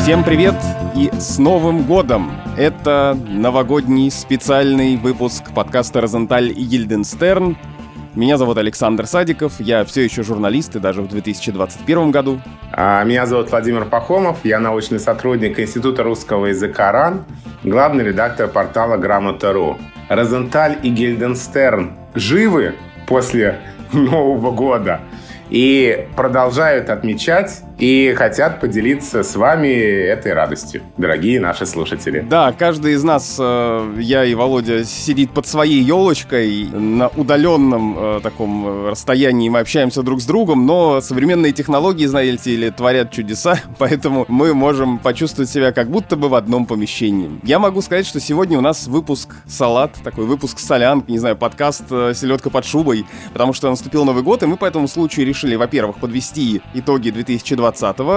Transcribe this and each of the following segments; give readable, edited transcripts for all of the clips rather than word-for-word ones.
Всем привет и с Новым годом! Это новогодний специальный выпуск подкаста «Розенталь и Гильденстерн». Меня зовут Александр Садиков, я все еще журналист и даже в 2021 году. Меня зовут Владимир Пахомов, я научный сотрудник Института русского языка РАН, главный редактор портала Грамота.ру. Розенталь и Гильденстерн живы после Нового года и продолжают отмечать и хотят поделиться с вами этой радостью, дорогие наши слушатели. Да, каждый из нас, я и Володя, сидит под своей елочкой. На удаленном таком расстоянии мы общаемся друг с другом, но современные технологии, знаете ли, творят чудеса, поэтому мы можем почувствовать себя как будто бы в одном помещении. Я могу сказать, что сегодня у нас выпуск салат, такой выпуск солянки, не знаю, подкаст «Селедка под шубой», потому что наступил Новый год, и мы по этому случаю решили, во-первых, подвести итоги 2020-го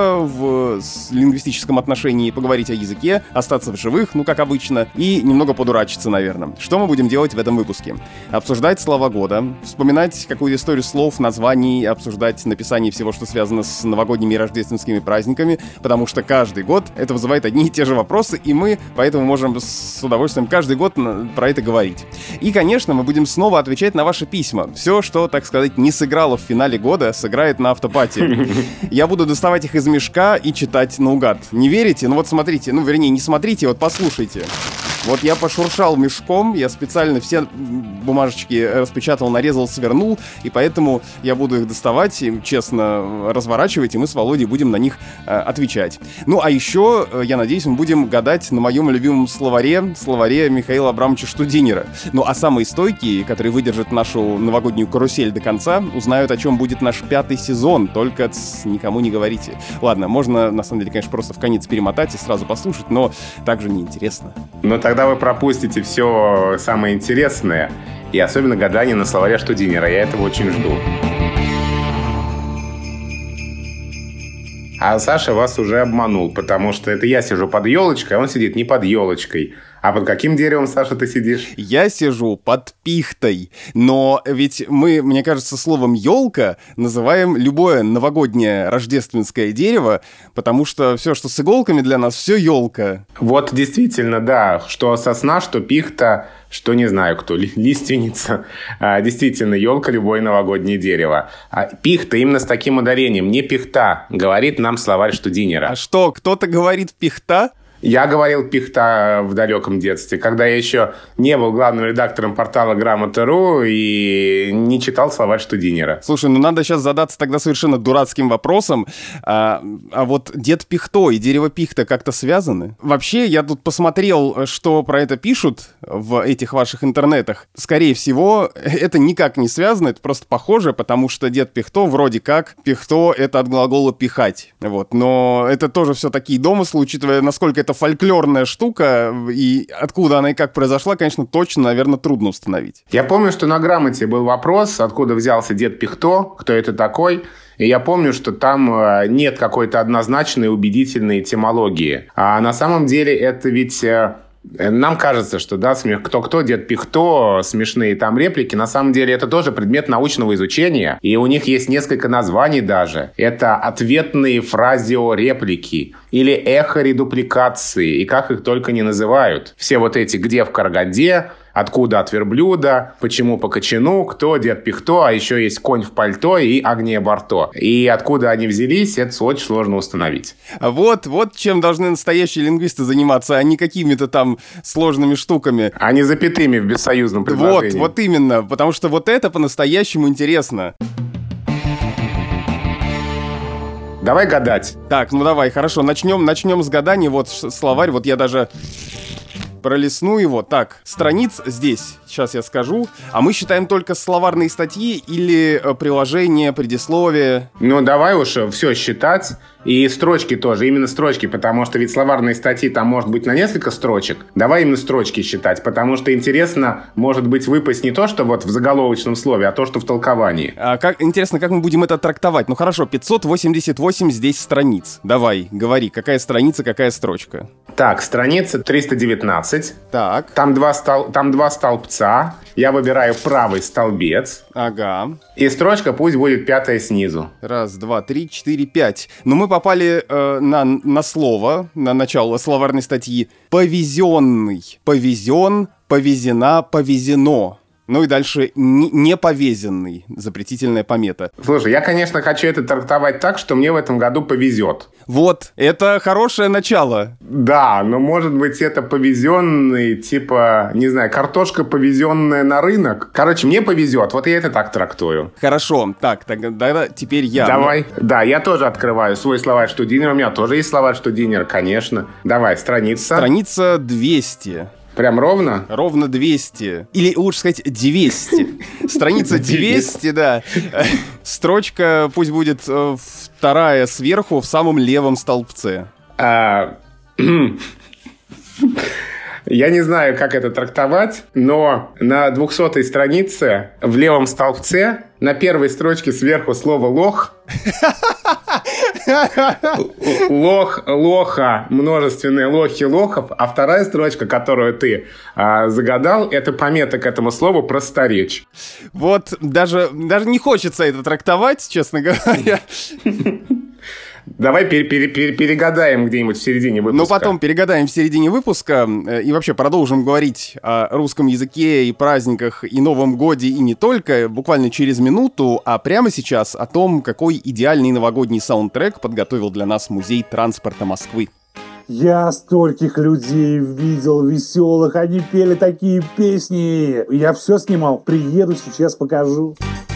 в лингвистическом отношении, поговорить о языке, остаться в живых, ну, как обычно, и немного подурачиться, наверное. Что мы будем делать в этом выпуске? Обсуждать слова года, вспоминать какую-то историю слов, названий, обсуждать написание всего, что связано с новогодними и рождественскими праздниками, потому что каждый год это вызывает одни и те же вопросы, и мы поэтому можем с удовольствием каждый год про это говорить. И, конечно, мы будем снова отвечать на ваши письма. Все, что, так сказать, не сыграло в финале года, сыграет на автопате. Я буду доставать их из мешка и читать наугад. Не верите? Ну вот смотрите, не смотрите, вот послушайте. Вот я пошуршал мешком, я специально все бумажечки распечатал, нарезал, свернул, и поэтому я буду их доставать, и, честно, разворачивать, и мы с Володей будем на них отвечать. Ну, а еще, я надеюсь, мы будем гадать на моем любимом словаре Михаила Абрамовича Штудинера. Ну, а самые стойкие, которые выдержат нашу новогоднюю карусель до конца, узнают, о чем будет наш 5-й сезон, только никому не говорите. Ладно, можно, на самом деле, конечно, просто в конец перемотать и сразу послушать, но так же неинтересно. Но тогда вы пропустите все самое интересное, и особенно гадание на словаре Штудинера. Я этого очень жду. А Саша вас уже обманул, потому что это я сижу под елочкой, а он сидит не под елочкой. А под каким деревом, Саша, ты сидишь? Я сижу под пихтой. Но ведь мы, мне кажется, словом «елка» называем любое новогоднее рождественское дерево, потому что все, что с иголками для нас, все елка. Вот действительно, да, что сосна, что пихта, что не знаю кто, лиственница. Действительно, елка — любое новогоднее дерево. Пихта именно с таким ударением, не пихта, говорит нам словарь Штудинера. А что, кто-то говорит пихта? Я говорил пихта в далеком детстве, когда я еще не был главным редактором портала Грамота.ру и не читал словарь Штудинера. Слушай, надо сейчас задаться тогда совершенно дурацким вопросом. А вот дед Пихто и дерево пихта как-то связаны? Вообще, я тут посмотрел, что про это пишут в этих ваших интернетах. Скорее всего, это никак не связано, это просто похоже, потому что дед Пихто вроде как пихто — это от глагола пихать. Вот. Но это тоже все такие домыслы, учитывая, насколько это фольклорная штука, и откуда она и как произошла, конечно, точно, наверное, трудно установить. Я помню, что на Грамоте был вопрос, откуда взялся дед Пихто, кто это такой. И я помню, что там нет какой-то однозначной убедительной этимологии. А на самом деле это ведь... Нам кажется, что да, кто-кто, дед Пихто, смешные там реплики. На самом деле это тоже предмет научного изучения. И у них есть несколько названий даже. Это ответные фразеореплики или эхо-редупликации. И как их только не называют. Все вот эти «где в Караганде», «откуда от верблюда», «почему по кочану», «кто дед Пихто», а еще есть «конь в пальто» и «Агния Барто». И откуда они взялись, это очень сложно установить. Вот чем должны настоящие лингвисты заниматься, а не какими-то там сложными штуками. А не запятыми в бессоюзном предложении. Вот именно, потому что вот это по-настоящему интересно. Давай гадать. Так, давай, хорошо, начнем с гадания. Вот словарь, вот я даже пролистну его. Так, страниц здесь, сейчас я скажу. А мы считаем только словарные статьи или приложения, предисловия? Давай уж все считать. И строчки тоже, именно строчки, потому что ведь словарные статьи там может быть на несколько строчек. Давай именно строчки считать, потому что интересно, может быть, выпасть не то, что вот в заголовочном слове, а то, что в толковании. Интересно, как мы будем это трактовать? Хорошо, 588 здесь страниц. Давай, говори, какая страница, какая строчка? Так, страница 319. Так. Там два столбца. Я выбираю правый столбец. Ага. И строчка пусть будет 5-я снизу. 1, 2, 3, 4, 5. Но мы попали на слово, на начало словарной статьи. Повезенный, повезен, повезена, повезено. Ну и дальше неповезенный, запретительная помета. Слушай, я, конечно, хочу это трактовать так, что мне в этом году повезет. Вот, это хорошее начало. Да, но может быть это повезенный, типа, не знаю, картошка, повезенная на рынок. Короче, мне повезет, вот я это так трактую. Хорошо, так, тогда теперь я. Давай. Да, я тоже открываю свой словарь Штудинера, у меня тоже есть словарь Штудинера, конечно. Давай, страница. Страница 200. Прям ровно? Ровно 200. Или лучше сказать 200. Страница 200, да. Строчка пусть будет вторая сверху в самом левом столбце. Я не знаю, как это трактовать, но на 200-й странице в левом столбце на первой строчке сверху слово «лох». Лох, лоха, множественные лохи, лохов. А вторая строчка, которую ты загадал, это помета к этому слову «просторечь». Вот даже не хочется это трактовать, честно говоря. Давай перегадаем где-нибудь в середине выпуска. Ну, потом перегадаем в середине выпуска и вообще продолжим говорить о русском языке и праздниках, и Новом Годе, и не только, буквально через минуту, а прямо сейчас о том, какой идеальный новогодний саундтрек подготовил для нас Музей транспорта Москвы. Я стольких людей видел веселых, они пели такие песни. Я все снимал, приеду, сейчас покажу.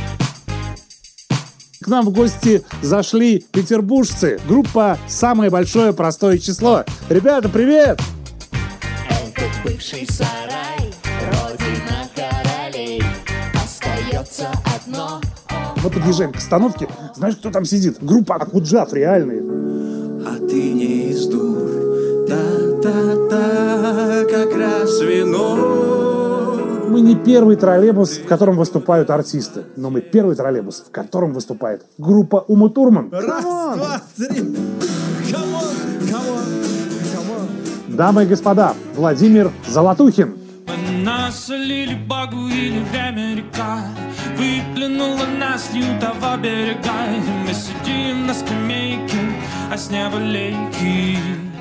К нам в гости зашли петербуржцы. Группа «Самое большое простое число». Ребята, привет! Этот бывший сарай, родина королей, остается одно. Мы подъезжаем к остановке. Знаешь, кто там сидит? Группа Акуджав реальные. А ты не из дур, та-та-та, как раз вино. Мы не первый троллейбус, в котором выступают артисты, но мы первый троллейбус, в котором выступает группа Ума Турман. Раз, два, три. Дамы и господа, Владимир Золотухин. Нас лили багу или время река, выглянула нас с лютого берега, и мы сидим на скамейке, а с неба лейки.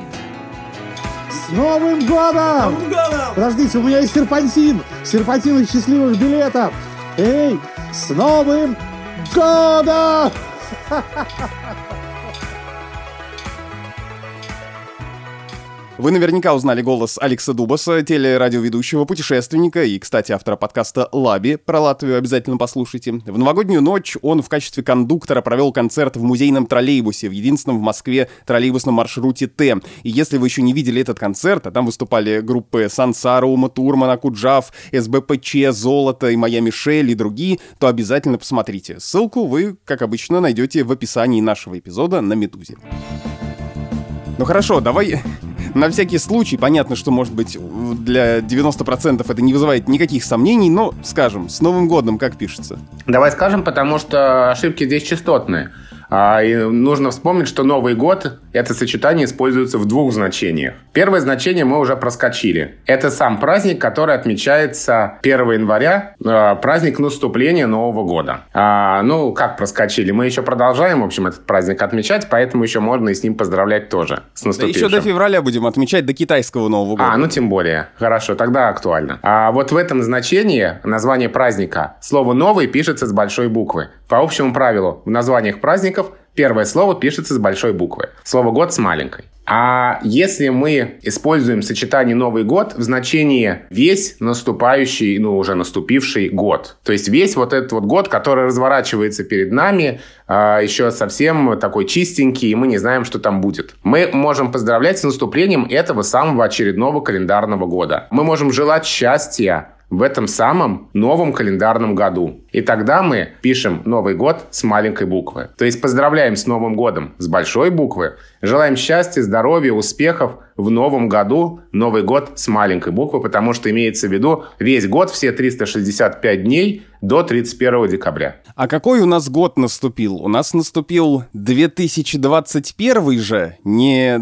С Новым годом! Подождите, у меня есть серпантин! Серпантин из счастливых билетов! Эй, с Новым годом! Вы наверняка узнали голос Алекса Дубаса, телерадиоведущего, путешественника и, кстати, автора подкаста «Лаби». Про Латвию обязательно послушайте. В новогоднюю ночь он в качестве кондуктора провел концерт в музейном троллейбусе, в единственном в Москве троллейбусном маршруте Т. И если вы еще не видели этот концерт, а там выступали группы Сансара, Ума Турман, Акуджав, СБПЧ, Золото и Моя Мишель и другие, то обязательно посмотрите. Ссылку вы, как обычно, найдете в описании нашего эпизода на Медузе. Ну хорошо, давай... На всякий случай, понятно, что, может быть, для 90% это не вызывает никаких сомнений, но скажем, с Новым годом как пишется? Давай скажем, потому что ошибки здесь частотные. И нужно вспомнить, что Новый год — это сочетание используется в двух значениях. Первое значение мы уже проскочили. Это сам праздник, который отмечается 1 января, праздник наступления Нового года. Ну, как проскочили? Мы еще продолжаем, в общем, этот праздник отмечать, поэтому еще можно и с ним поздравлять тоже. С наступившим. Да еще до февраля будем отмечать, до китайского Нового года. Ну тем более. Хорошо, тогда актуально. Вот в этом значении название праздника слово «новый» пишется с большой буквы. По общему правилу, в названиях праздников первое слово пишется с большой буквы. Слово «год» с маленькой. А если мы используем сочетание «Новый год» в значении «весь наступающий», уже наступивший год. То есть весь вот этот вот год, который разворачивается перед нами, еще совсем такой чистенький, и мы не знаем, что там будет. Мы можем поздравлять с наступлением этого самого очередного календарного года. Мы можем желать счастья в этом самом новом календарном году. И тогда мы пишем Новый год с маленькой буквы. То есть поздравляем с Новым годом с большой буквы, Желаем счастья, здоровья, успехов в новом году. Новый год с маленькой буквы, потому что имеется в виду весь год, все 365 дней до 31 декабря. А какой у нас год наступил? У нас наступил 2021 же, не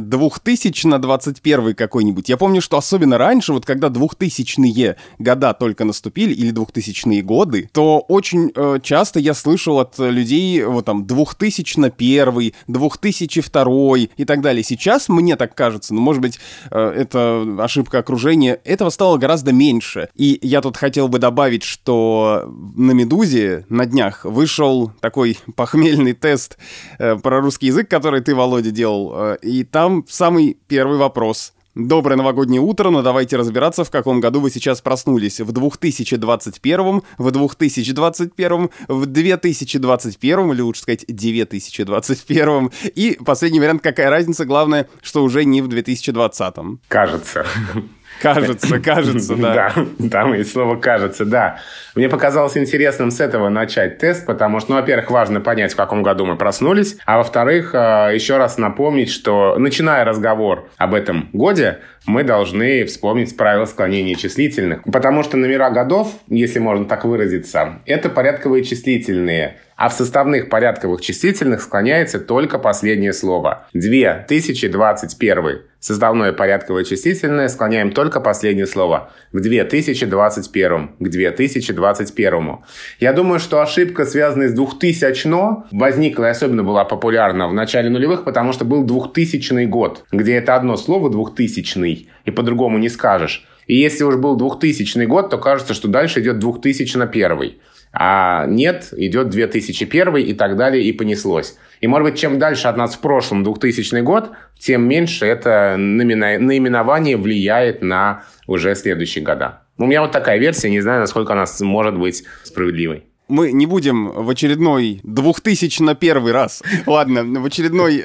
2021 какой-нибудь. Я помню, что особенно раньше, вот когда 2000-е года только наступили, или 2000-е годы, то очень часто я слышал от людей, вот там, 2001, 2002 и так далее. Сейчас, мне так кажется, ну, может быть, это ошибка окружения, этого стало гораздо меньше. И я тут хотел бы добавить, что на «Медузе» на днях вышел такой похмельный тест про русский язык, который ты, Володя, делал. И там самый первый вопрос. Доброе новогоднее утро, но давайте разбираться, в каком году вы сейчас проснулись. В 2021, в 2021, в 2021, или лучше сказать, 2021. И последний вариант, какая разница, главное, что уже не в 2020. Кажется. Кажется, да. Да, там есть слово «кажется», да. Мне показалось интересным с этого начать тест, потому что, ну, во-первых, важно понять, в каком году мы проснулись, а во-вторых, еще раз напомнить, что, начиная разговор об этом годе, мы должны вспомнить правила склонения числительных, потому что номера годов, если можно так выразиться, это порядковые числительные, а в составных порядковых числительных склоняется только последнее слово. 2021. Составное порядковое числительное склоняем только последнее слово. В 2021. К 2021. Я думаю, что ошибка, связанная с 2000, возникла и особенно была популярна в начале нулевых, потому что был 2000 год, где это одно слово 2000 и по-другому не скажешь. И если уж был 2000 год, то кажется, что дальше идет 2001. А нет, идет 2001 и так далее, и понеслось. И, может быть, чем дальше от нас в прошлом 2000 год, тем меньше это наименование влияет на уже следующие года. У меня вот такая версия, не знаю, насколько она может быть справедливой. Мы не будем в очередной 2001 раз, ладно, в очередной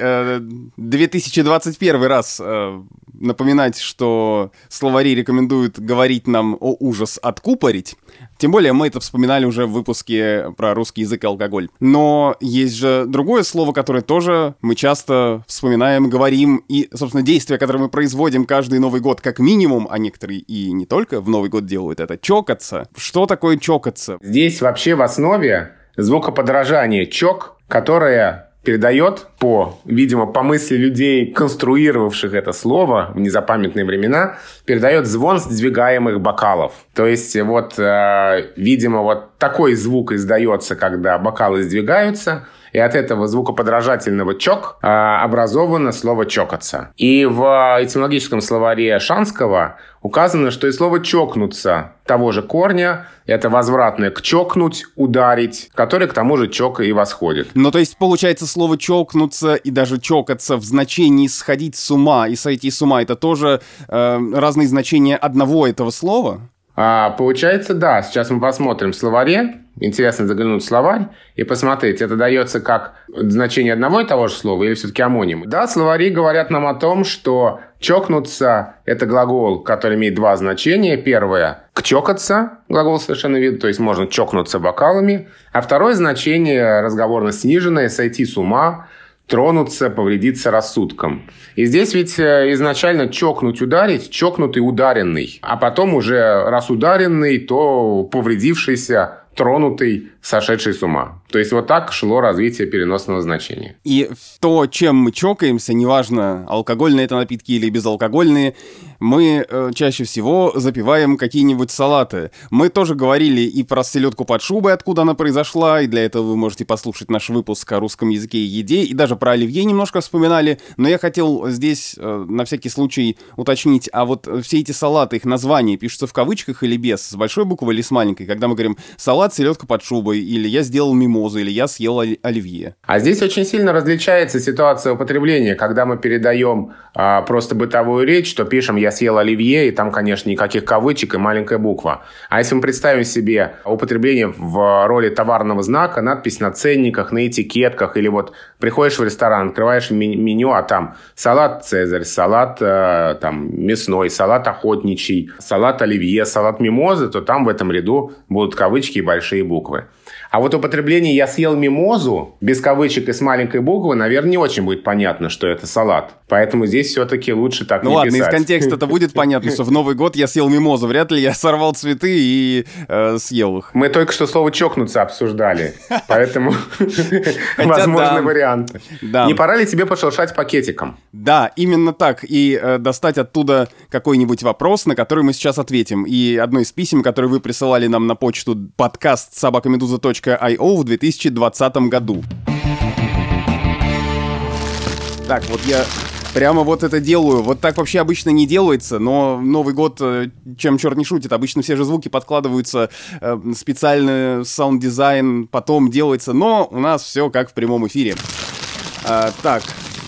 2021 раз напоминать, что словари рекомендуют говорить нам о ужас откупорить. Тем более мы это вспоминали уже в выпуске про русский язык и алкоголь. Но есть же другое слово, которое тоже мы часто вспоминаем, говорим, и, собственно, действия, которые мы производим каждый Новый год как минимум, а некоторые и не только в Новый год делают это, чокаться. Что такое чокаться? Здесь вообще в основе звукоподражание чок, которое передает видимо, по мысли людей, конструировавших это слово в незапамятные времена, передает звон сдвигаемых бокалов. То есть, вот, видимо, вот такой звук издается, когда бокалы сдвигаются, и от этого звукоподражательного «чок» образовано слово «чокаться». И в этимологическом словаре Шанского указано, что и слово «чокнуться» того же корня — это возвратное к «чокнуть», «ударить», который к тому же «чок» и восходит. Ну, то есть, получается, слово «чокнуться» и даже «чокаться» в значении «сходить с ума» и «сойти с ума» — это тоже разные значения одного этого слова? Получается, да. Сейчас мы посмотрим в словаре. Интересно заглянуть в словарь и посмотреть, это дается как значение одного и того же слова или все-таки омонимы. Да, словари говорят нам о том, что чокнуться – это глагол, который имеет два значения. Первое – кчокаться, глагол совершенно видно, то есть можно чокнуться бокалами. А второе значение разговорно сниженное – сойти с ума, тронуться, повредиться рассудком. И здесь ведь изначально чокнуть, ударить, чокнутый, ударенный. А потом уже раз ударенный, то повредившийся, тронутый, сошедший с ума. То есть вот так шло развитие переносного значения. И то, чем мы чокаемся, неважно, алкогольные это напитки или безалкогольные, мы чаще всего запиваем какие-нибудь салаты. Мы тоже говорили и про селедку под шубой, откуда она произошла, и для этого вы можете послушать наш выпуск о русском языке и еде, и даже про оливье немножко вспоминали. Но я хотел здесь на всякий случай уточнить, а вот все эти салаты, их названия пишутся в кавычках или без, с большой буквы или с маленькой? Когда мы говорим «салат, селедка под шубой», или «я сделал мимозу», или «я съел оливье». А здесь очень сильно различается ситуация употребления. Когда мы передаем просто бытовую речь, то пишем «я съел оливье», и там, конечно, никаких кавычек и маленькая буква. А если мы представим себе употребление в роли товарного знака, надпись на ценниках, на этикетках, или вот приходишь в ресторан, открываешь меню, а там салат «Цезарь», салат там мясной, салат охотничий, салат оливье, салат мимозы, то там в этом ряду будут кавычки и большие буквы. А вот употребление «я съел мимозу» без кавычек и с маленькой буквы, наверное, не очень будет понятно, что это салат. Поэтому здесь все-таки лучше так не писать. Ну ладно, из контекста это будет понятно, что в Новый год я съел мимозу. Вряд ли я сорвал цветы и съел их. Мы только что слово «чокнуться» обсуждали, поэтому возможны варианты. Не пора ли тебе пошуршать пакетиком? Да, именно так. И достать оттуда какой-нибудь вопрос, на который мы сейчас ответим. И одно из писем, которые вы присылали нам на почту podcast@meduza.io в 2020 году. Так, вот я прямо вот это делаю. Вот так вообще обычно не делается, но Новый год, чем черт не шутит, обычно все же звуки подкладываются, специально саунд-дизайн потом делается, но у нас все как в прямом эфире. Так...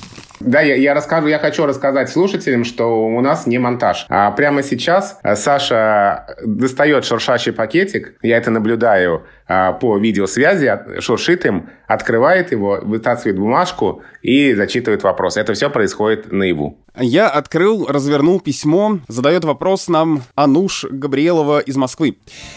Да, я хочу рассказать слушателям, что у нас не монтаж. А прямо сейчас Саша достает шуршащий пакетик, я это наблюдаю по видеосвязи, шуршит им, открывает его, вытаскивает бумажку и зачитывает вопрос. Это все происходит наяву. Я открыл, развернул письмо, задает вопрос нам Ануш Габриелова из Москвы.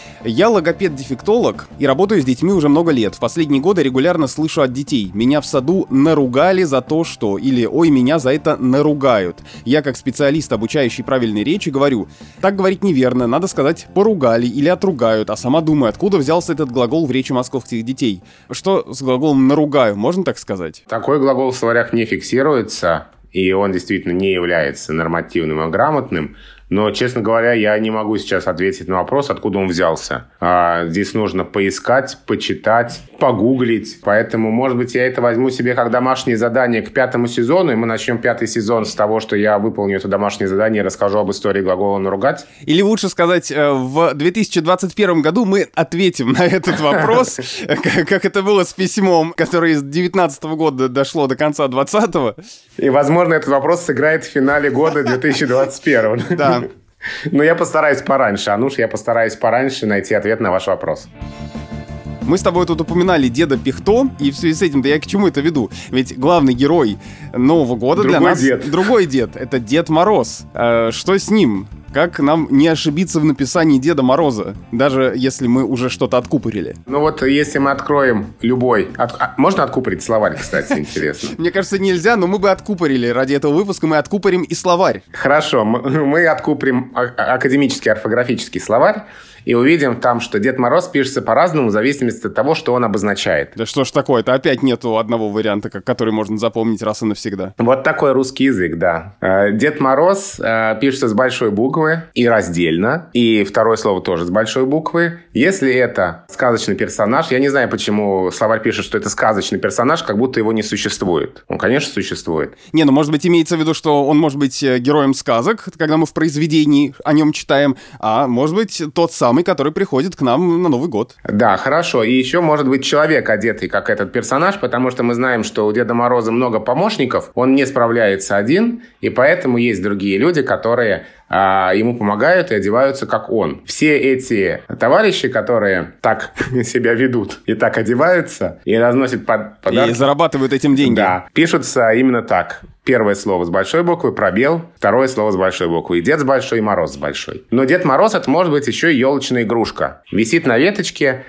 Я логопед-дефектолог и работаю с детьми уже много лет. В последние годы регулярно слышу от детей: меня в саду наругали за то, что... Или ой, меня за это наругают. Я как специалист, обучающий правильной речи, говорю: так говорить неверно, надо сказать поругали или отругают. А сама думаю, откуда взялся этот глагол в речи московских детей. Что с глаголом наругаю, можно так сказать? Такой глагол в словарях не фиксируется, и он действительно не является нормативным и грамотным. Но, честно говоря, я не могу сейчас ответить на вопрос, откуда он взялся. Здесь нужно поискать, почитать, погуглить. Поэтому, может быть, я это возьму себе как домашнее задание к 5-му сезону, и мы начнем 5-й сезон с того, что я выполню это домашнее задание и расскажу об истории глагола «наругать». Или лучше сказать, в 2021 году мы ответим на этот вопрос, как это было с письмом, которое из 2019 года дошло до конца 2020. И, возможно, этот вопрос сыграет в финале года 2021. Да. Но я постараюсь пораньше, Ануш, я постараюсь пораньше найти ответ на ваш вопрос. Мы с тобой тут упоминали деда Пихто, и в связи с этим-то я к чему это веду? Ведь главный герой Нового года для нас... Другой дед. Это Дед Мороз. Что с ним? Как нам не ошибиться в написании Деда Мороза, даже если мы уже что-то откупорили? Ну вот, если мы откроем любой... Можно откупорить словарь, кстати, интересно? Мне кажется, нельзя, но мы бы откупорили. Ради этого выпуска мы откупорим и словарь. Хорошо, мы откупорим академический орфографический словарь и увидим там, что Дед Мороз пишется по-разному в зависимости от того, что он обозначает. Да что ж такое-то? Опять нету одного варианта, который можно запомнить раз и навсегда. Вот такой русский язык, да. Дед Мороз пишется с большой буквы и раздельно. И второе слово тоже с большой буквы. Если это сказочный персонаж, я не знаю, почему словарь пишет, что это сказочный персонаж, как будто его не существует. Он, конечно, существует. Не, ну, может быть, имеется в виду, что он может быть героем сказок, когда мы в произведении о нем читаем, а может быть, тот самый, который приходит к нам на Новый год. Да, хорошо. И еще может быть человек, одетый как этот персонаж, потому что мы знаем, что у Деда Мороза много помощников, он не справляется один, и поэтому есть другие люди, которые ему помогают и одеваются как он. Все эти товарищи, которые так себя ведут и так одеваются, и разносят подарки. И зарабатывают этим деньги. Да, пишутся именно так. Первое слово с большой буквы, пробел. Второе слово с большой буквы. И Дед с большой, и Мороз с большой. Но Дед Мороз — это может быть еще и елочная игрушка. Висит на веточке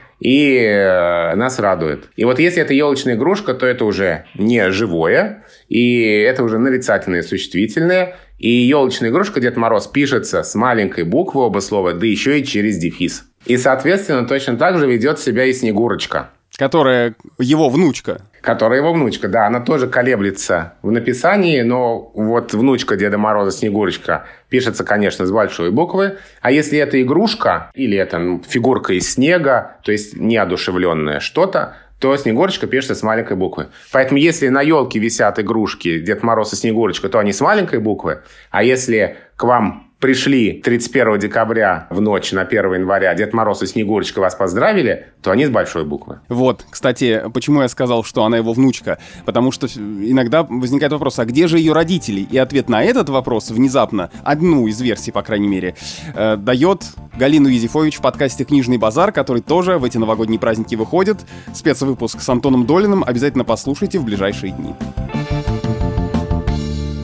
и нас радует. И вот если это елочная игрушка, то это уже не живое, и это уже нарицательное существительное. И елочная игрушка Дед Мороз пишется с маленькой буквы оба слова, да еще и через дефис. И, соответственно, точно так же ведет себя и Снегурочка. Которая его внучка. Которая его внучка, да. Она тоже колеблется в написании, но вот внучка Деда Мороза, Снегурочка, пишется, конечно, с большой буквы. А если это игрушка или это фигурка из снега, то есть неодушевленное что-то, то Снегурочка пишется с маленькой буквы. Поэтому если на елке висят игрушки Дед Мороз и Снегурочка, то они с маленькой буквы. А если к вам пришли 31 декабря в ночь на 1 января, Дед Мороз и Снегурочка вас поздравили, то они с большой буквы. Вот, кстати, почему я сказал, что она его внучка? Потому что иногда возникает вопрос, а где же ее родители? И ответ на этот вопрос внезапно, одну из версий, по крайней мере, дает Галина Юзефович в подкасте «Книжный базар», который тоже в эти новогодние праздники выходит. Спецвыпуск с Антоном Долиным обязательно послушайте в ближайшие дни.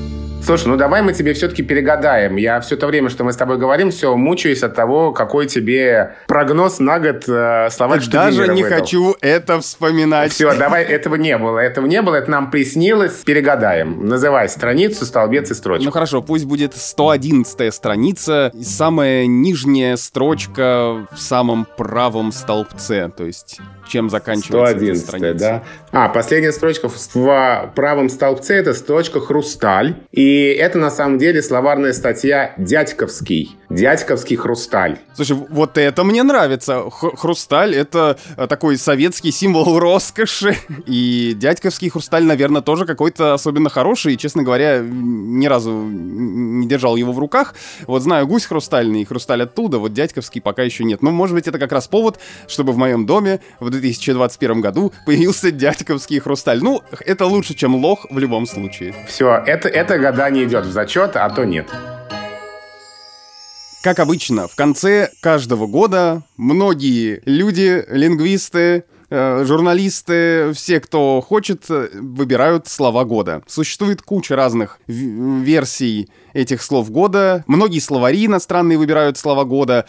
Слушай, ну давай мы тебе все-таки перегадаем. Я все то время, что мы с тобой говорим, все мучаюсь от того, какой тебе прогноз на год словарь Штудимира Даже не выдал. хочу это вспоминать. Все, давай, этого не было, это нам приснилось. Перегадаем. Называй страницу, столбец и строчку. Ну хорошо, пусть будет 111-я страница, и самая нижняя строчка в самом правом столбце, то есть чем заканчивается эта 111, страница. да? Последняя строчка в правом столбце — это строчка «Хрусталь». И это на самом деле словарная статья «Дядьковский». «Дядьковский хрусталь». Слушай, вот это мне нравится. Хрусталь — это такой советский символ роскоши. И дядьковский хрусталь, наверное, тоже какой-то особенно хороший. И, честно говоря, ни разу не держал его в руках. Вот знаю гусь хрустальный, хрусталь оттуда, вот дядьковский пока еще нет. Но, может быть, это как раз повод, чтобы в моем доме в 2021 году появился дядьковский хрусталь. Ну, это лучше, чем лох в любом случае. Все, это гадание идет в зачет, а то нет. Как обычно, в конце каждого года многие люди, лингвисты, журналисты, все, кто хочет, выбирают слова года. Существует куча разных версий этих слов года. Многие словари иностранные выбирают слова года.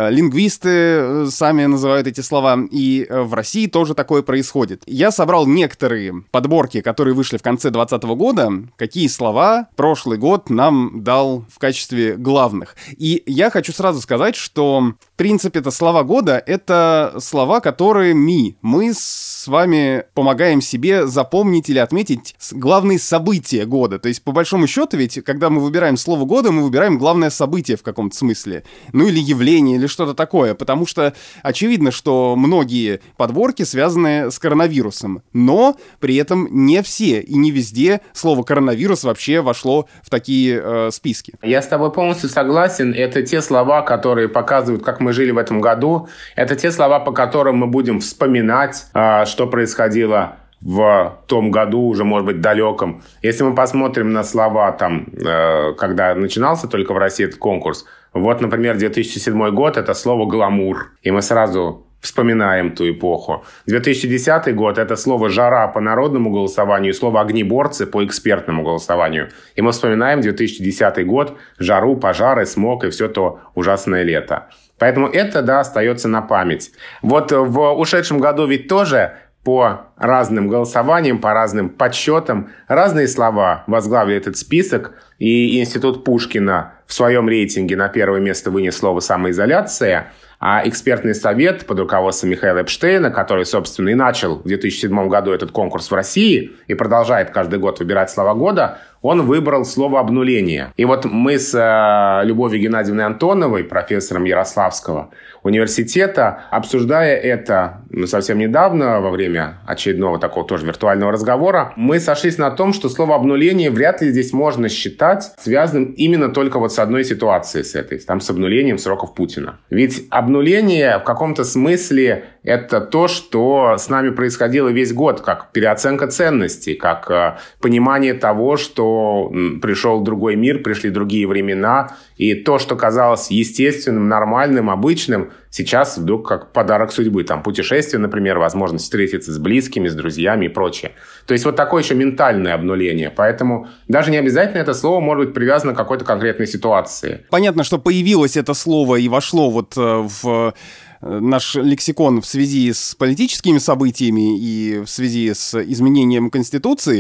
Лингвисты сами называют эти слова. И в России тоже такое происходит. Я собрал некоторые подборки, которые вышли в конце 2020 года. Какие слова прошлый год нам дал в качестве главных. И я хочу сразу сказать, что в принципе это слова года. Это слова, которые мы с вами помогаем себе запомнить или отметить главные события года. То есть, по большому счету, ведь, когда мы выбираем слово года, мы выбираем главное событие в каком-то смысле. Ну, или явление, или что-то такое. Потому что очевидно, что многие подборки связаны с коронавирусом. Но при этом не все и не везде слово «коронавирус» вообще вошло в такие списки. Я с тобой полностью согласен. Это те слова, которые показывают, как мы жили в этом году. Это те слова, по которым мы будем вспоминать, что происходило в том году, уже, может быть, далеком. Если мы посмотрим на слова, там, когда начинался только в России этот конкурс, вот, например, 2007 год — это слово «гламур», и мы сразу вспоминаем ту эпоху. 2010 год — это слово «жара» по народному голосованию и слово «огнеборцы» по экспертному голосованию. И мы вспоминаем 2010 год, жару, пожары, смог и все то ужасное лето. Поэтому это, да, остается на память. Вот в ушедшем году ведь тоже по разным голосованиям, по разным подсчетам разные слова возглавили этот список. И Институт Пушкина в своем рейтинге на первое место вынес слово «самоизоляция». А экспертный совет под руководством Михаила Эпштейна, который, собственно, и начал в 2007 году этот конкурс в России и продолжает каждый год выбирать слова года, он выбрал слово «обнуление». И вот мы с Любовью Геннадьевной Антоновой, профессором Ярославского университета, обсуждая это совсем недавно, во время очередного такого тоже виртуального разговора, мы сошлись на том, что слово «обнуление» вряд ли здесь можно считать связанным именно только вот с одной ситуацией, с этой, там, с обнулением сроков Путина. Ведь обнуление в каком-то смысле это то, что с нами происходило весь год, как переоценка ценностей, как понимание того, что пришел другой мир, пришли другие времена, и то, что казалось естественным, нормальным, обычным, сейчас вдруг как подарок судьбы. Там путешествие, например, возможность встретиться с близкими, с друзьями и прочее. То есть вот такое еще ментальное обнуление. Поэтому даже не обязательно это слово может быть привязано к какой-то конкретной ситуации. Понятно, что появилось это слово и вошло вот в наш лексикон в связи с политическими событиями и в связи с изменением Конституции,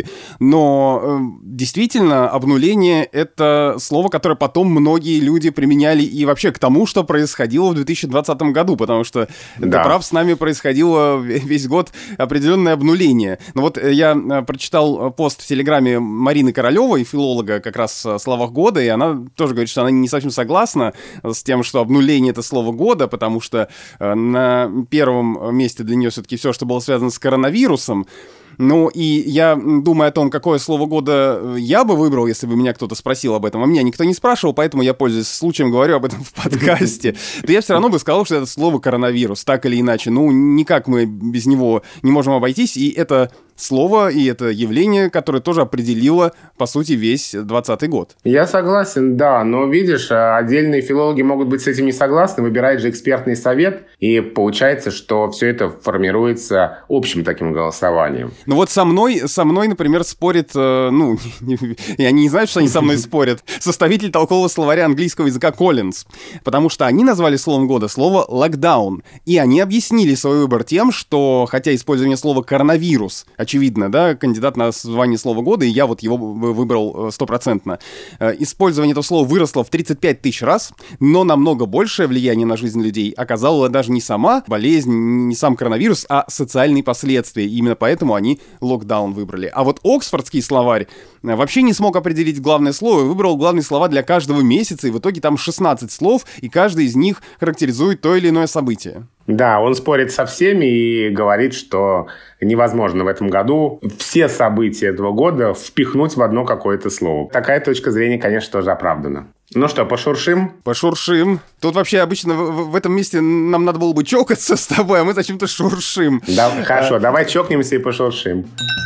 но действительно обнуление — это слово, которое потом многие люди применяли и вообще к тому, что происходило в 2020 году, потому что, ты прав, с нами происходило весь год определенное обнуление. Но вот я прочитал пост в Телеграме Марины Королевой, филолога, как раз о словах года, и она тоже говорит, что она не совсем согласна с тем, что обнуление — это слово года, потому что на первом месте для нее все-таки все, что было связано с коронавирусом. Ну, и я думаю о том, какое слово года я бы выбрал, если бы меня кто-то спросил об этом. А меня никто не спрашивал, поэтому я, пользуясь случаем, говорю об этом в подкасте. То я все равно бы сказал, что это слово коронавирус, так или иначе. Ну, никак мы без него не можем обойтись, и это слово, и это явление, которое тоже определило, по сути, весь 2020 год. Я согласен, да, но видишь, отдельные филологи могут быть с этим не согласны, выбирает же экспертный совет, и получается, что все это формируется общим таким голосованием. Ну вот со мной, например, спорит, я не знаю, что они со мной спорят, составитель толкового словаря английского языка Коллинз, потому что они назвали словом года слово «локдаун», и они объяснили свой выбор тем, что, хотя использование слова «коронавирус», очевидно, да, кандидат на звание слова года, и я вот его выбрал 100%, использование этого слова выросло в 35 тысяч раз, но намного большее влияние на жизнь людей оказала даже не сама болезнь, не сам коронавирус, а социальные последствия. И именно поэтому они локдаун выбрали. А вот Оксфордский словарь вообще не смог определить главное слово, выбрал главные слова для каждого месяца, и в итоге там 16 слов, и каждый из них характеризует то или иное событие. Да, он спорит со всеми и говорит, что невозможно в этом году все события этого года впихнуть в одно какое-то слово. Такая точка зрения, конечно, тоже оправдана. Ну что, пошуршим? Пошуршим. Тут вообще обычно в этом месте нам надо было бы чокаться с тобой, а мы зачем-то шуршим. Да, хорошо, давай чокнемся и пошуршим.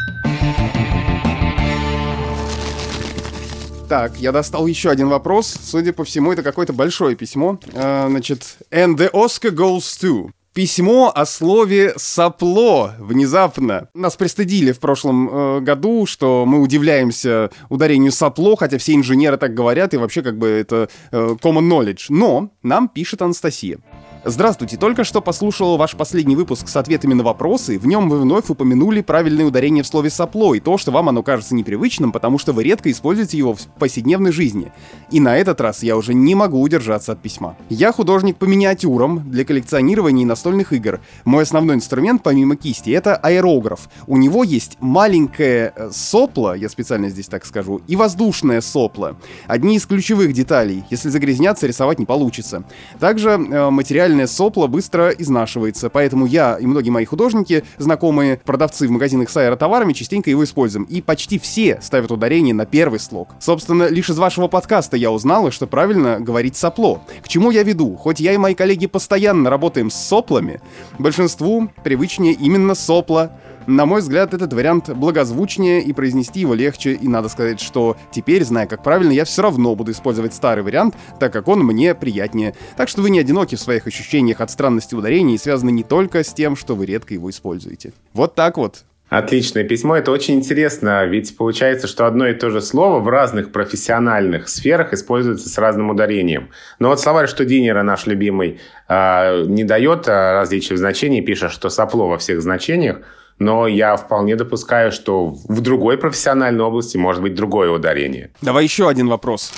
Так, я достал еще один вопрос. Судя по всему, это какое-то большое письмо. Значит, and the Oscar goes to... Письмо о слове «сопло» внезапно. Нас пристыдили в прошлом году, что мы удивляемся ударению «сопло», хотя все инженеры так говорят, и вообще как бы это common knowledge. Но нам пишет Анастасия. Здравствуйте, только что послушала ваш последний выпуск с ответами на вопросы. В нем вы вновь упомянули правильное ударение в слове «сопло» и то, что вам оно кажется непривычным, потому что вы редко используете его в повседневной жизни. И на этот раз я уже не могу удержаться от письма. Я художник по миниатюрам для коллекционирования и настольных игр. Мой основной инструмент, помимо кисти, это аэрограф. У него есть маленькое сопло, я специально здесь так скажу, и воздушное сопло. Одни из ключевых деталей. Если загрязняться, рисовать не получится. Также материальное сопло быстро изнашивается, поэтому я и многие мои художники, знакомые продавцы в магазинах с аэротоварами, частенько его используем. И почти все ставят ударение на первый слог. Собственно, лишь из вашего подкаста я узнала, что правильно говорить сопло. К чему я веду? Хоть я и мои коллеги постоянно работаем с соплами, большинству привычнее именно сопло. На мой взгляд, этот вариант благозвучнее, и произнести его легче, и надо сказать, что теперь, зная, как правильно, я все равно буду использовать старый вариант, так как он мне приятнее. Так что вы не одиноки в своих ощущениях от странности ударений, и связаны не только с тем, что вы редко его используете. Вот так вот. Отличное письмо, это очень интересно, ведь получается, что одно и то же слово в разных профессиональных сферах используется с разным ударением. Но вот словарь Штудинера, наш любимый, не дает различия в значении, пишет, что сопло во всех значениях, но я вполне допускаю, что в другой профессиональной области может быть другое ударение. Давай еще один вопрос.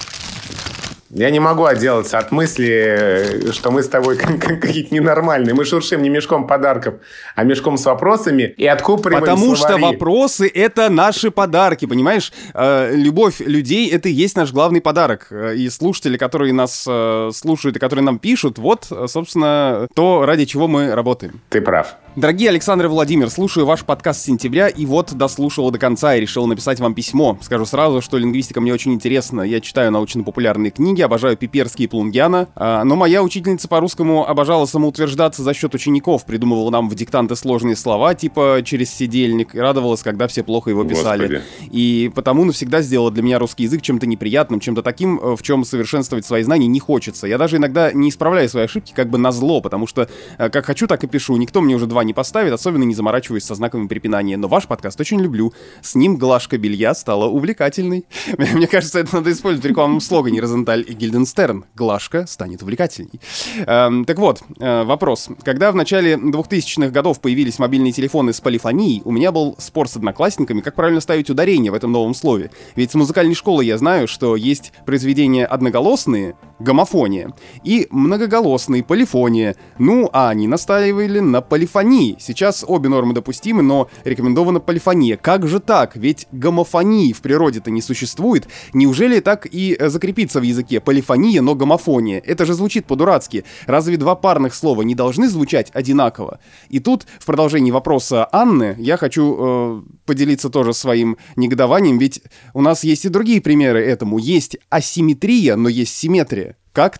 Я не могу отделаться от мысли, что мы с тобой какие-то ненормальные. Мы шуршим не мешком подарков, а мешком с вопросами и откупориваем Потому словари. что вопросы — это наши подарки, понимаешь? Любовь людей — это и есть наш главный подарок. И слушатели, которые нас слушают и которые нам пишут, вот, собственно, то, ради чего мы работаем. Ты прав. Дорогие Александр и Владимир, слушаю ваш подкаст с сентября, и вот дослушал до конца и решил написать вам письмо. Скажу сразу, что лингвистика мне очень интересна. Я читаю научно-популярные книги, обожаю Пиперский и Плунгяна, но моя учительница по русскому обожала самоутверждаться за счет учеников, придумывала нам в диктанты сложные слова, типа «через сидельник», и радовалась, когда все плохо его писали. Господи. И потому навсегда сделала для меня русский язык чем-то неприятным, чем-то таким, в чем совершенствовать свои знания не хочется. Я даже иногда не исправляю свои ошибки как бы назло, потому что как хочу, так и пишу. Никто мне уже 2 не поставит, особенно не заморачиваюсь со знаками препинания. Но ваш подкаст очень люблю. С ним глажка белья стала увлекательной. Мне кажется, это надо использовать в рекламном слогане Розенталь и Гильденстерн. Глажка станет увлекательней. Так вот, вопрос. Когда в начале 2000-х годов появились мобильные телефоны с полифонией, у меня был спор с одноклассниками, как правильно ставить ударение в этом новом слове. Ведь с музыкальной школы я знаю, что есть произведения одноголосные, гомофония, и многоголосные, полифония. Ну, а они настаивали на полифонии. Сейчас обе нормы допустимы, но рекомендована полифония. Как же так? Ведь гомофонии в природе-то не существует. Неужели так и закрепится в языке? Полифония, но гомофония. Это же звучит по-дурацки. Разве 2 парных слова не должны звучать одинаково? И тут, в продолжении вопроса Анны, я хочу поделиться тоже своим негодованием, ведь у нас есть и другие примеры этому. Есть асимметрия, но есть симметрия. Как так?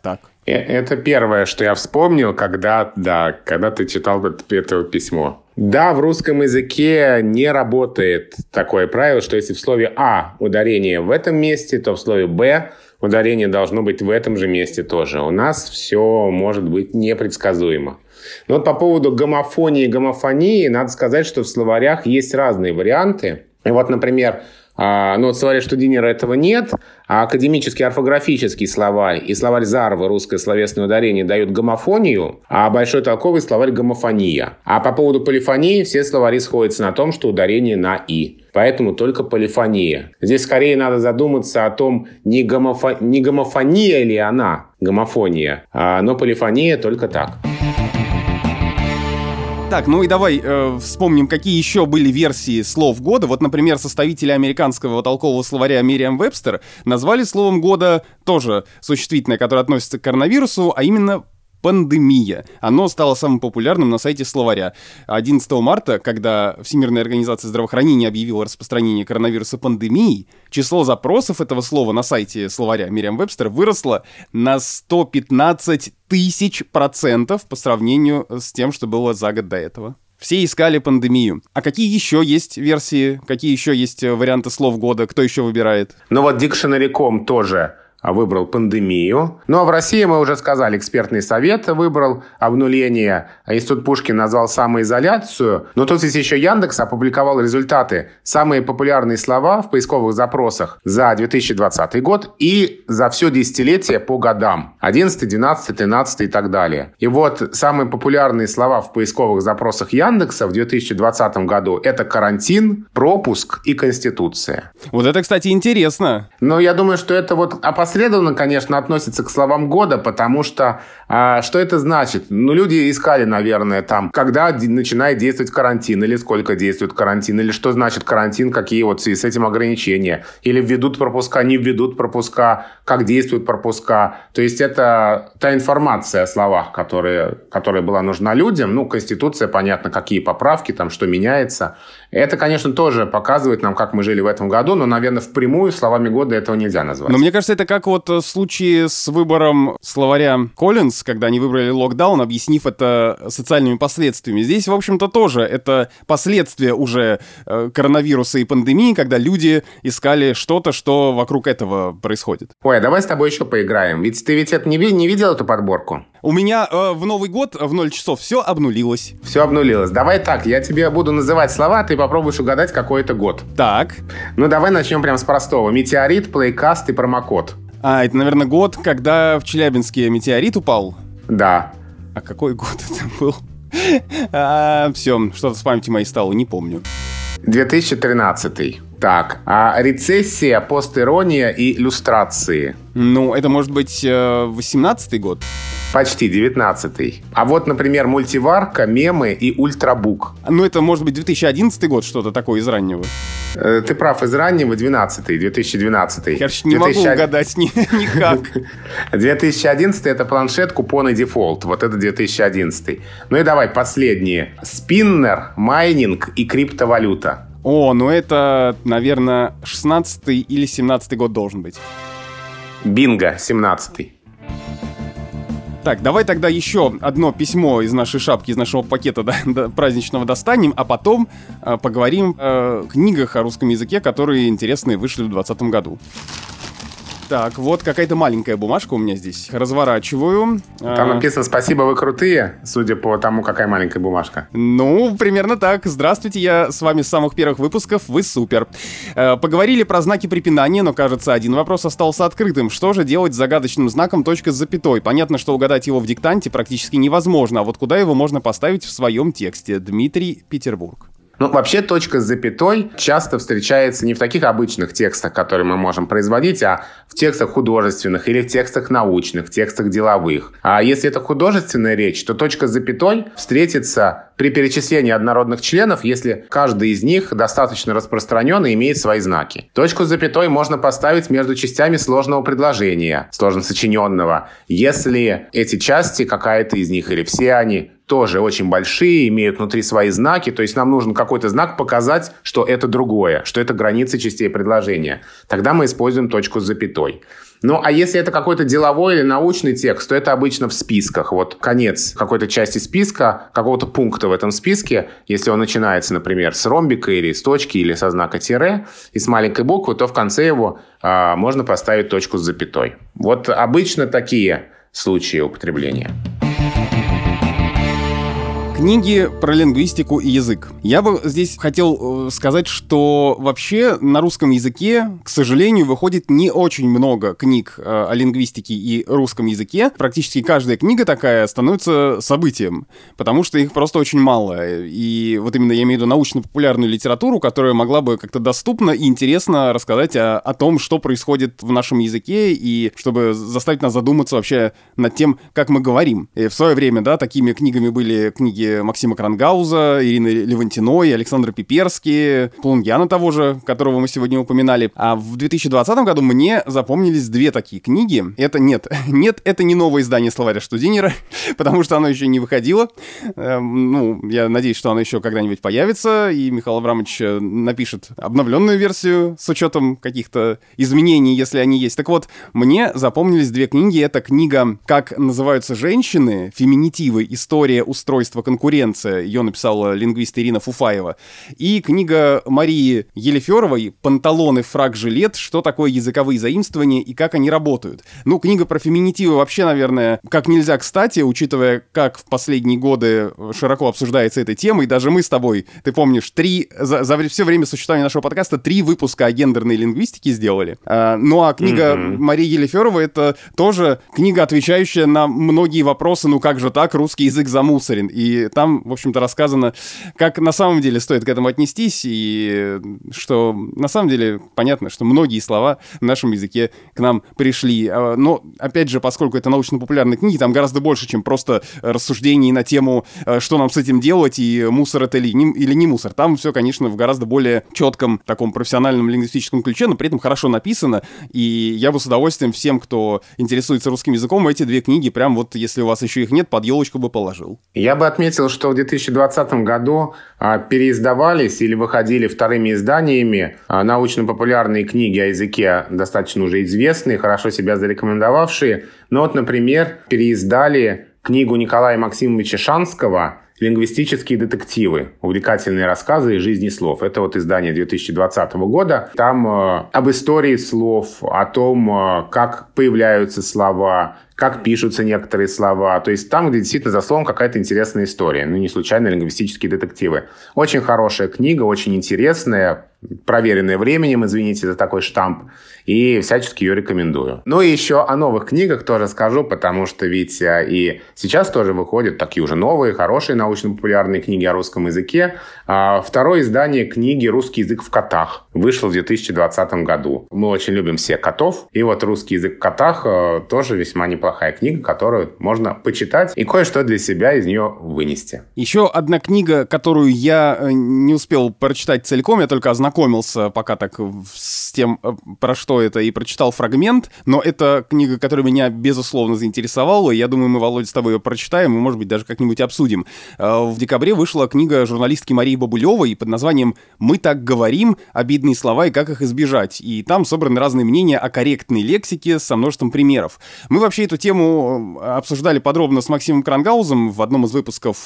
Это первое, что я вспомнил, когда ты читал это письмо. Да, в русском языке не работает такое правило, что если в слове «а» ударение в этом месте, то в слове «б» ударение должно быть в этом же месте тоже. У нас все может быть непредсказуемо. Но вот по поводу гомофонии и гомофонии надо сказать, что в словарях есть разные варианты. И вот, например, в словаре Штудинера этого нет, а академический орфографический словарь и словарь Зарва «Русское словесное ударение» дают гомофонию, а большой толковый словарь «гомофония». А по поводу полифонии все словари сходятся на том, что ударение на «и». Поэтому только полифония. Здесь скорее надо задуматься о том, не гомофония ли она, гомофония, но полифония только так. Так, ну и давай вспомним, какие еще были версии слов года. Вот, например, составители американского толкового словаря Merriam-Webster назвали словом года тоже существительное, которое относится к коронавирусу, а именно пандемия. Оно стало самым популярным на сайте словаря. 11 марта, когда Всемирная организация здравоохранения объявила распространение коронавируса пандемией, число запросов этого слова на сайте словаря Merriam-Webster выросло на 115 000% по сравнению с тем, что было за год до этого. Все искали пандемию. А какие еще есть версии? Какие еще есть варианты слов года? Кто еще выбирает? Ну вот Dictionary.com тоже выбрал пандемию. Ну а в России, мы уже сказали, экспертный совет выбрал обнуление. Институт Пушкина назвал самоизоляцию. Но тут здесь еще Яндекс опубликовал результаты. Самые популярные слова в поисковых запросах за 2020 год и за все десятилетие по годам. 11, 12, 13 и так далее. И вот самые популярные слова в поисковых запросах Яндекса в 2020 году — это карантин, пропуск и конституция. Вот это, кстати, интересно. Но я думаю, что это вот опосредованно, конечно, относится к словам года, потому что что это значит? Ну, люди искали, наверное, там, когда начинает действовать карантин, или сколько действует карантин, или что значит карантин, какие вот с этим ограничения, или введут пропуска, не введут пропуска, как действуют пропуска. То есть это та информация о словах, которая была нужна людям. Ну, Конституция, понятно, какие поправки, там, что меняется. Это, конечно, тоже показывает нам, как мы жили в этом году, но, наверное, впрямую словами года этого нельзя назвать. Но мне кажется, это как вот в случае с выбором словаря Collins, когда они выбрали локдаун, объяснив это социальными последствиями. Здесь, в общем-то, тоже это последствия уже коронавируса и пандемии, когда люди искали что-то, что вокруг этого происходит. Ой, а давай с тобой еще поиграем. Ведь ты это не видел, эту подборку? У меня в Новый год в 0 часов все обнулилось. Все обнулилось. Давай так, я тебе буду называть слова, ты попробуешь угадать, какой это год. Так. Ну, давай начнем прямо с простого. Метеорит, плейкаст и промокод. Это, наверное, год, когда в Челябинске метеорит упал? Да. А какой год это был? Все, что-то с памятью моей стало, не помню. 2013. Так, рецессия, постирония и иллюстрации. Ну, это может быть 18-й год? Почти, 19-й. А вот, например, мультиварка, мемы и ультрабук. Ну, это может быть 2011 год, что-то такое из раннего. Ты прав, из раннего, 2012. Я не могу угадать никак. 2011 это планшет, купоны, дефолт. Вот это 2011. Ну и давай, последние. Спиннер, майнинг и криптовалюта. Ну это, наверное, 16-й или 17-й год должен быть. Бинго, 17-й. Так, давай тогда еще одно письмо из нашей шапки, из нашего пакета праздничного достанем, а потом поговорим о книгах о русском языке, которые интересные вышли в 2020 году. Так, вот какая-то маленькая бумажка у меня здесь. Разворачиваю. Там написано «Спасибо, вы крутые», судя по тому, какая маленькая бумажка. Ну, примерно так. Здравствуйте, я с вами с самых первых выпусков. Вы супер. Поговорили про знаки препинания, но, кажется, один вопрос остался открытым. Что же делать с загадочным знаком точка с запятой? Понятно, что угадать его в диктанте практически невозможно. А вот куда его можно поставить в своем тексте? Дмитрий, Петербург. Ну, вообще, точка с запятой часто встречается не в таких обычных текстах, которые мы можем производить, а в текстах художественных или в текстах научных, в текстах деловых. А если это художественная речь, то точка с запятой встретится при перечислении однородных членов, если каждый из них достаточно распространен и имеет свои знаки. Точку с запятой можно поставить между частями сложного предложения, сложно сочиненного, если эти части, какая-то из них или все они, тоже очень большие, имеют внутри свои знаки, то есть нам нужен какой-то знак показать, что это другое, что это границы частей предложения. Тогда мы используем точку с запятой. Ну, а если это какой-то деловой или научный текст, то это обычно в списках. Вот конец какой-то части списка, какого-то пункта в этом списке, если он начинается, например, с ромбика или с точки, или со знака тире, и с маленькой буквы, то в конце его можно поставить точку с запятой. Вот обычно такие случаи употребления. Книги про лингвистику и язык. Я бы здесь хотел сказать, что вообще на русском языке, к сожалению, выходит не очень много книг о лингвистике и русском языке. Практически каждая книга такая становится событием, потому что их просто очень мало. И вот именно я имею в виду научно-популярную литературу, которая могла бы как-то доступно и интересно рассказать о том, что происходит в нашем языке, и чтобы заставить нас задуматься вообще над тем, как мы говорим. И в свое время, да, такими книгами были книги Максима Крангауза, Ирины Левантиной, Александра Пиперски, Плунгяна того же, которого мы сегодня упоминали. А в 2020 году мне запомнились две такие книги. Это это не новое издание словаря Штудинера, потому что оно еще не выходило. Я надеюсь, что оно еще когда-нибудь появится, и Михаил Абрамович напишет обновленную версию с учетом каких-то изменений, если они есть. Так вот, мне запомнились две книги. Это книга «Как называются женщины. Феминитивы. История устройства конкуренция». Ее написала лингвист Ирина Фуфаева. И книга Марии Елеферовой «Панталоны, фрак, жилет. Что такое языковые заимствования и как они работают». Ну, книга про феминитивы вообще, наверное, как нельзя кстати, учитывая, как в последние годы широко обсуждается эта тема. И даже мы с тобой, ты помнишь, за все время существования нашего подкаста 3 выпуска о гендерной лингвистике сделали. Ну, а книга Марии Елеферовой — это тоже книга, отвечающая на многие вопросы, ну как же так, русский язык замусорен. И там, в общем-то, рассказано, как на самом деле стоит к этому отнестись, и что на самом деле понятно, что многие слова в нашем языке к нам пришли. Но, опять же, поскольку это научно-популярные книги, там гораздо больше, чем просто рассуждений на тему, что нам с этим делать, и мусор это или не мусор. Там все, конечно, в гораздо более четком, таком профессиональном лингвистическом ключе, но при этом хорошо написано, и я бы с удовольствием всем, кто интересуется русским языком, эти две книги, прям вот, если у вас еще их нет, под елочку бы положил. Я бы отметил, что в 2020 году переиздавались или выходили вторыми изданиями научно-популярные книги о языке, достаточно уже известные, хорошо себя зарекомендовавшие. Но вот, например, переиздали книгу Николая Максимовича Шанского «Лингвистические детективы. Увлекательные рассказы из жизни слов». Это вот издание 2020 года. Там об истории слов, о том, как появляются слова, как пишутся некоторые слова. То есть там, где действительно за словом какая-то интересная история. Ну, не случайно лингвистические детективы. Очень хорошая книга, очень интересная, проверенная временем, извините за такой штамп. И всячески ее рекомендую. Ну и еще о новых книгах тоже скажу, потому что ведь и сейчас тоже выходят такие уже новые, хорошие научно-популярные книги о русском языке. Второе издание книги «Русский язык в котах» вышло в 2020 году. Мы очень любим все котов. И вот «Русский язык в котах» тоже весьма неплохая книга, которую можно почитать и кое-что для себя из нее вынести. Еще одна книга, которую я не успел прочитать целиком, я только ознакомился пока так с тем, про что это, и прочитал фрагмент, но это книга, которая меня, безусловно, заинтересовала, и я думаю, мы, Володя, с тобой ее прочитаем и, может быть, даже как-нибудь обсудим. В декабре вышла книга журналистки Марии Бабулевой под названием «Мы так говорим. Обидные слова и как их избежать». И там собраны разные мнения о корректной лексике со множеством примеров. Мы вообще эту тему обсуждали подробно с Максимом Крангаузом в одном из выпусков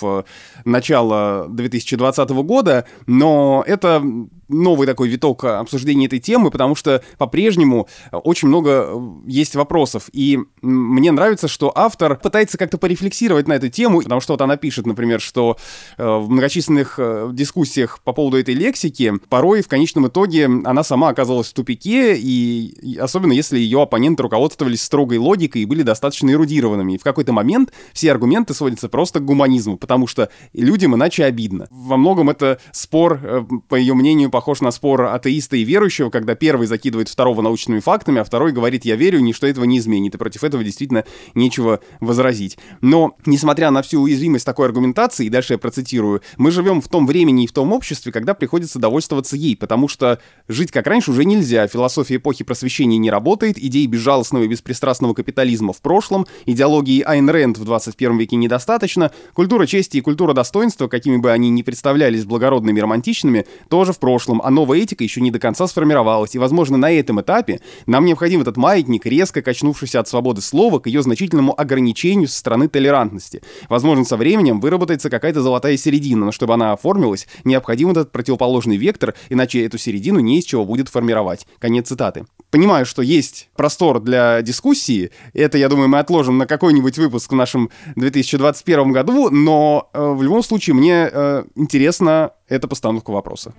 начала 2020 года, но это новый такой виток обсуждения этой темы, потому что по-прежнему очень много есть вопросов. И мне нравится, что автор пытается как-то порефлексировать на эту тему, потому что вот она пишет, например, что в многочисленных дискуссиях по поводу этой лексики порой в конечном итоге она сама оказалась в тупике, и особенно если ее оппоненты руководствовались строгой логикой и были достаточно эрудированными. И в какой-то момент все аргументы сводятся просто к гуманизму, потому что людям иначе обидно. Во многом это спор, по ее мнению, похож на спор атеиста и верующего, когда первый закидывает второго научными фактами, а второй говорит «я верю, ничто этого не изменит», и против этого действительно нечего возразить. Но, несмотря на всю уязвимость такой аргументации, и дальше я процитирую, мы живем в том времени и в том обществе, когда приходится довольствоваться ей, потому что жить как раньше уже нельзя, философия эпохи просвещения не работает, идеи безжалостного и беспристрастного капитализма в прошлом, идеологии Айн Рэнд в 21 веке недостаточно, культура чести и культура достоинства, какими бы они ни представлялись благородными и романтичными, тоже в прошлом, а новая этика еще не до конца сформировалась, и, возможно, на этом этапе нам необходим этот маятник, резко качнувшийся от свободы слова к ее значительному ограничению со стороны толерантности. Возможно, со временем выработается какая-то золотая середина, но чтобы она оформилась, необходим этот противоположный вектор, иначе эту середину не из чего будет формировать. Конец цитаты. Понимаю, что есть простор для дискуссии, это, я думаю, мы отложим на какой-нибудь выпуск в нашем 2021 году, но в любом случае мне интересна эта постановка вопроса.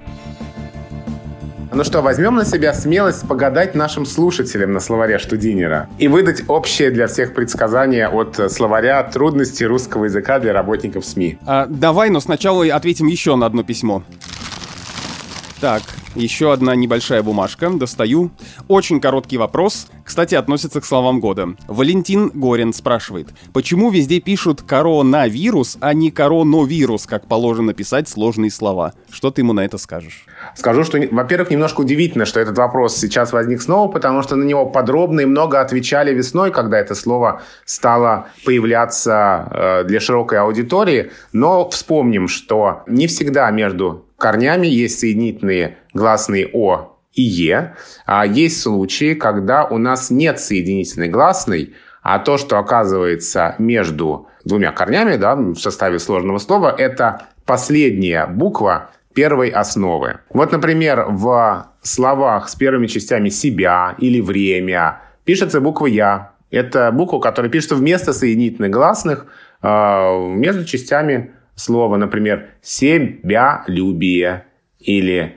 Ну что, возьмем на себя смелость погадать нашим слушателям на словаре Штудинера и выдать общее для всех предсказание от словаря «Трудности русского языка для работников СМИ». Давай, но сначала ответим еще на одно письмо. Так, еще одна небольшая бумажка. Достаю. Очень короткий вопрос. Кстати, относится к словам года. Валентин Горин спрашивает, почему везде пишут коронавирус, а не коронавирус, как положено писать сложные слова? Что ты ему на это скажешь? Скажу, что, во-первых, немножко удивительно, что этот вопрос сейчас возник снова, потому что на него подробно и много отвечали весной, когда это слово стало появляться для широкой аудитории. Но вспомним, что не всегда между корнями есть соединительные гласные «о» и «е». А есть случаи, когда у нас нет соединительной гласной, а то, что оказывается между двумя корнями, да, в составе сложного слова, это последняя буква первой основы. Вот, например, в словах с первыми частями «себя» или «время» пишется буква «я». Это буква, которая пишется вместо соединительных гласных между частями слова, например, «себялюбие» или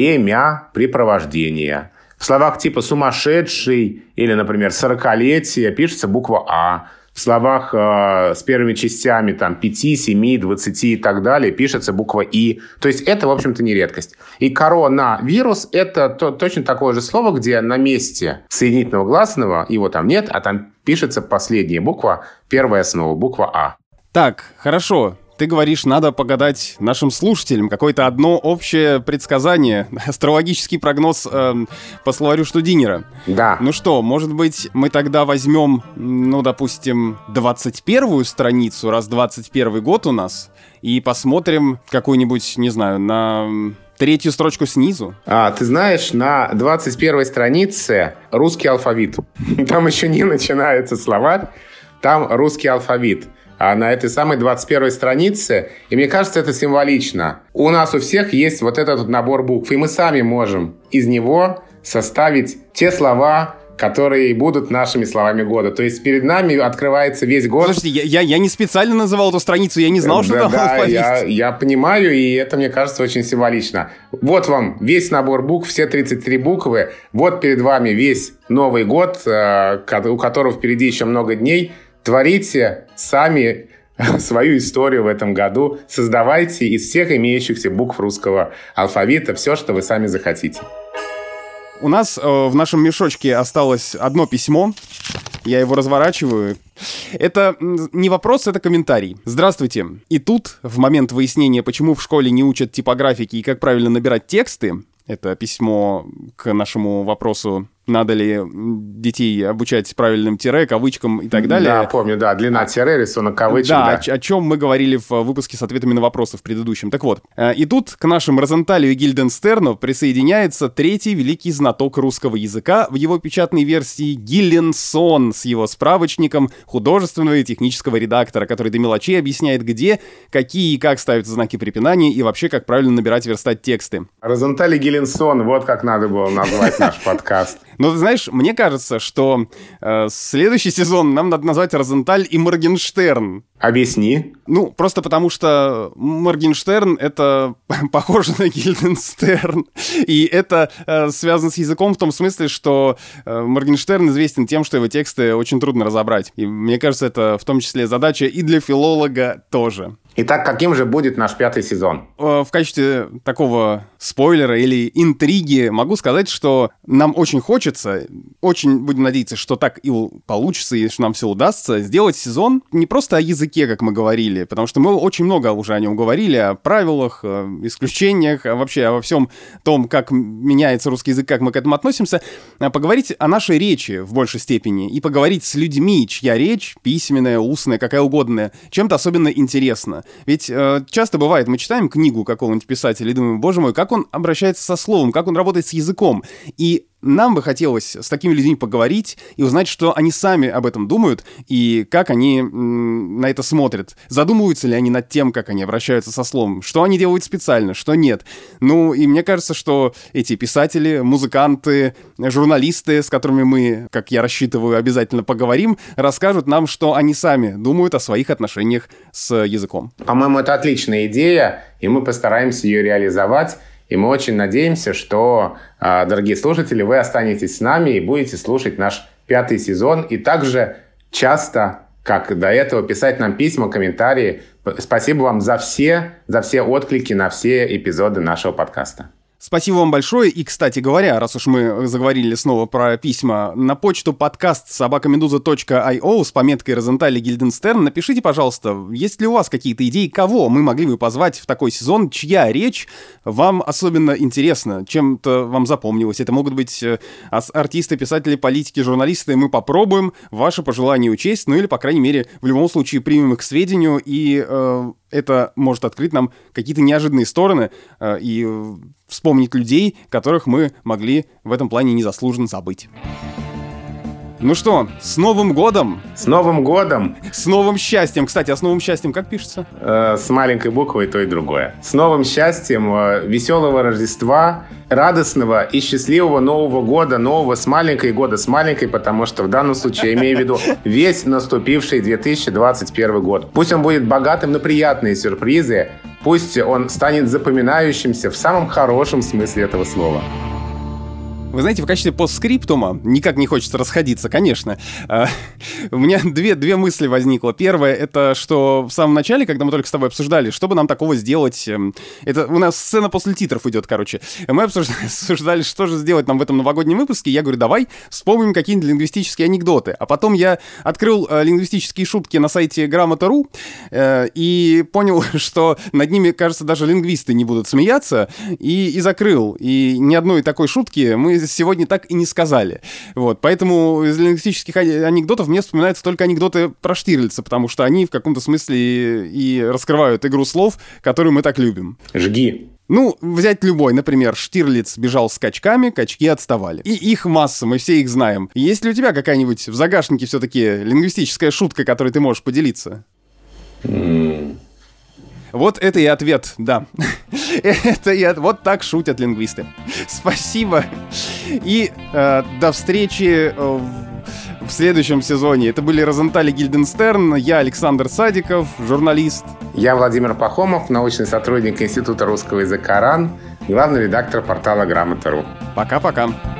«времяпрепровождение». В словах типа «сумасшедший» или, например, «сорокалетие» пишется буква «а». В словах с первыми частями там, 5, 7, 20 и так далее пишется буква «и». То есть это, в общем-то, не редкость. И коронавирус – это точно такое же слово, где на месте соединительного гласного его там нет, а там пишется последняя буква, первая основа, буква «а». Так, хорошо. Ты говоришь, надо погадать нашим слушателям какое-то одно общее предсказание, астрологический прогноз по словарю Штудинера. Да. Ну что, может быть, мы тогда возьмем, допустим, 21-ю страницу, раз 21 год у нас, и посмотрим какую-нибудь, не знаю, на третью строчку снизу? Ты знаешь, на 21 странице русский алфавит. Там еще не начинается словарь, там русский алфавит. А на этой самой 21 странице, и мне кажется, это символично. У нас у всех есть вот этот вот набор букв, и мы сами можем из него составить те слова, которые будут нашими словами года. То есть перед нами открывается весь год. Слушайте, я не специально называл эту страницу, я не знал, что там алфавит. Я понимаю, и это, мне кажется, очень символично. Вот вам весь набор букв, все 33 буквы. Вот перед вами весь Новый год, у которого впереди еще много дней. Творите сами свою историю в этом году. Создавайте из всех имеющихся букв русского алфавита все, что вы сами захотите. У нас в нашем мешочке осталось одно письмо. Я его разворачиваю. Это не вопрос, это комментарий. Здравствуйте. И тут, в момент выяснения, почему в школе не учат типографики и как правильно набирать тексты, это письмо к нашему вопросу, надо ли детей обучать правильным тире, кавычкам и так далее. Да, помню, да, длина тире, рисунок кавычек. Да, о чем мы говорили в выпуске с ответами на вопросы в предыдущем. Так вот, и тут к нашим Розенталю и Гильденстерну присоединяется третий великий знаток русского языка в его печатной версии Гилленсон с его справочником художественного и технического редактора, который до мелочей объясняет, где, какие и как ставятся знаки препинания и вообще, как правильно набирать, верстать тексты. Розенталь и Гилленсон, вот как надо было назвать наш подкаст. Но ты знаешь, мне кажется, что следующий сезон нам надо назвать «Розенталь и Моргенштерн». Объясни. Просто потому что Моргенштерн — это похоже на Гильденстерн. И это связано с языком в том смысле, что Моргенштерн известен тем, что его тексты очень трудно разобрать. И мне кажется, это в том числе задача и для филолога тоже. Итак, каким же будет наш 5-й сезон? В качестве такого спойлера или интриги, могу сказать, что нам очень хочется, очень будем надеяться, что так и получится, и что нам все удастся, сделать сезон не просто о языке, как мы говорили, потому что мы очень много уже о нем говорили, о правилах, о исключениях, вообще обо всем том, как меняется русский язык, как мы к этому относимся, поговорить о нашей речи в большей степени и поговорить с людьми, чья речь, письменная, устная, какая угодная, чем-то особенно интересна. Ведь часто бывает, мы читаем книгу какого-нибудь писателя и думаем, боже мой, как он обращается со словом, как он работает с языком. И нам бы хотелось с такими людьми поговорить и узнать, что они сами об этом думают и как они на это смотрят. Задумываются ли они над тем, как они обращаются со словом, что они делают специально, что нет. Ну, и мне кажется, что эти писатели, музыканты, журналисты, с которыми мы, как я рассчитываю, обязательно поговорим, расскажут нам, что они сами думают о своих отношениях с языком. По-моему, это отличная идея, и мы постараемся ее реализовать. И мы очень надеемся, что, дорогие слушатели, вы останетесь с нами и будете слушать наш 5-й сезон. И также часто, как до этого, писать нам письма, комментарии. Спасибо вам за все отклики на все эпизоды нашего подкаста. Спасибо вам большое. И, кстати говоря, раз уж мы заговорили снова про письма, на почту podcast@meduza.io с пометкой «Розенталь и Гильденстерн» напишите, пожалуйста, есть ли у вас какие-то идеи, кого мы могли бы позвать в такой сезон, чья речь вам особенно интересна, чем-то вам запомнилось. Это могут быть артисты, писатели, политики, журналисты. Мы попробуем ваши пожелания учесть, ну или, по крайней мере, в любом случае примем их к сведению, и это может открыть нам какие-то неожиданные стороны и вспомнить людей, которых мы могли в этом плане незаслуженно забыть. Ну что, с Новым годом! С Новым годом! С новым счастьем! Кстати, а с новым счастьем как пишется? С маленькой буквой то и другое. С новым счастьем, веселого Рождества, радостного и счастливого Нового года, нового с маленькой, года с маленькой, потому что в данном случае я имею в виду весь наступивший 2021 год. Пусть он будет богатым на приятные сюрпризы, пусть он станет запоминающимся в самом хорошем смысле этого слова. Вы знаете, в качестве постскриптума, никак не хочется расходиться, конечно, у меня две мысли возникло. Первое, это что в самом начале, когда мы только с тобой обсуждали, что бы нам такого сделать, это у нас сцена после титров идет, короче. Мы обсуждали, что же сделать нам в этом новогоднем выпуске. Я говорю, давай вспомним какие-нибудь лингвистические анекдоты. А потом я открыл лингвистические шутки на сайте Грамота.ру и понял, что над ними, кажется, даже лингвисты не будут смеяться, и закрыл. И ни одной такой шутки мы сегодня так и не сказали. Вот, поэтому из лингвистических анекдотов мне вспоминаются только анекдоты про Штирлица, потому что они в каком-то смысле и раскрывают игру слов, которую мы так любим. Жги. Ну, взять любой, например, Штирлиц бежал скачками, качки отставали. И их масса, мы все их знаем. Есть ли у тебя какая-нибудь в загашнике все-таки лингвистическая шутка, которой ты можешь поделиться? Вот это и ответ, да. Вот так шутят лингвисты. Спасибо. И до встречи в следующем сезоне. Это были Розенталь и Гильденстерн. Я Александр Садиков, журналист. Я Владимир Пахомов, научный сотрудник Института русского языка РАН, главный редактор портала Грамота.ру. Пока-пока.